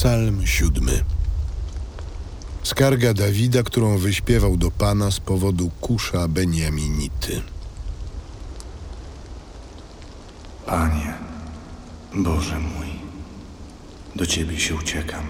Psalm 7. Skarga Dawida, którą wyśpiewał do Pana z powodu Kusza Benjaminity. Panie, Boże mój, do Ciebie się uciekam.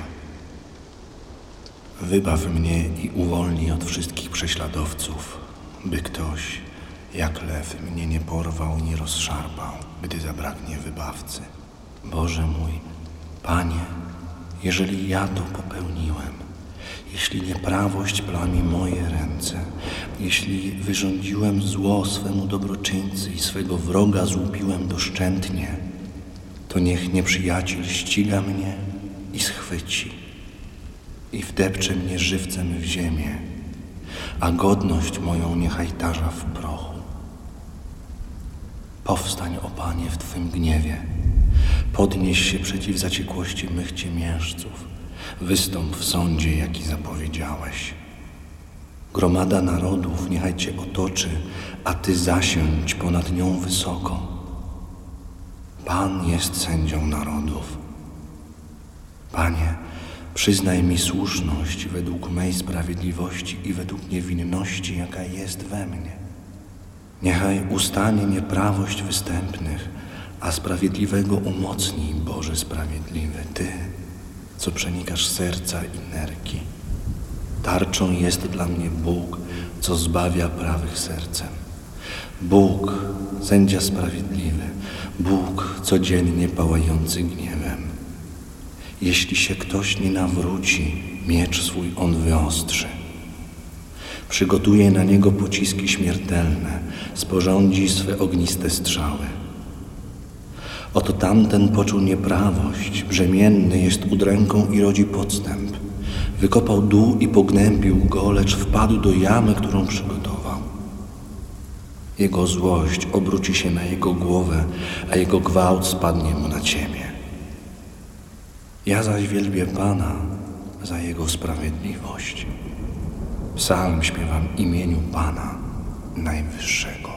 Wybaw mnie i uwolnij od wszystkich prześladowców, by ktoś, jak lew, mnie nie porwał i nie rozszarpał, gdy zabraknie wybawcy. Boże mój, Panie, jeżeli ja to popełniłem, jeśli nieprawość plami moje ręce, jeśli wyrządziłem zło swemu dobroczyńcy i swego wroga złupiłem doszczętnie, to niech nieprzyjaciel ściga mnie i schwyci i wdepcze mnie żywcem w ziemię, a godność moją niechaj tarza w prochu. Powstań, o Panie, w Twym gniewie, podnieś się przeciw zaciekłości mych ciemiężców, wystąp w sądzie, jaki zapowiedziałeś. Gromada narodów niechaj Cię otoczy, a Ty zasiądź ponad nią wysoko. Pan jest sędzią narodów. Panie, przyznaj mi słuszność według mej sprawiedliwości i według niewinności, jaka jest we mnie. Niechaj ustanie nieprawość występnych, a sprawiedliwego umocnij, Boże sprawiedliwy, Ty, co przenikasz serca i nerki. Tarczą jest dla mnie Bóg, co zbawia prawych sercem. Bóg, sędzia sprawiedliwy, Bóg codziennie pałający gniewem. Jeśli się ktoś nie nawróci, miecz swój on wyostrzy. Przygotuje na niego pociski śmiertelne, sporządzi swe ogniste strzały. Oto tamten poczuł nieprawość, brzemienny jest udręką i rodzi podstęp. Wykopał dół i pognębił go, lecz wpadł do jamy, którą przygotował. Jego złość obróci się na jego głowę, a jego gwałt spadnie mu na ciemię. Ja zaś wielbię Pana za Jego sprawiedliwość. Psalm śpiewam imieniu Pana Najwyższego.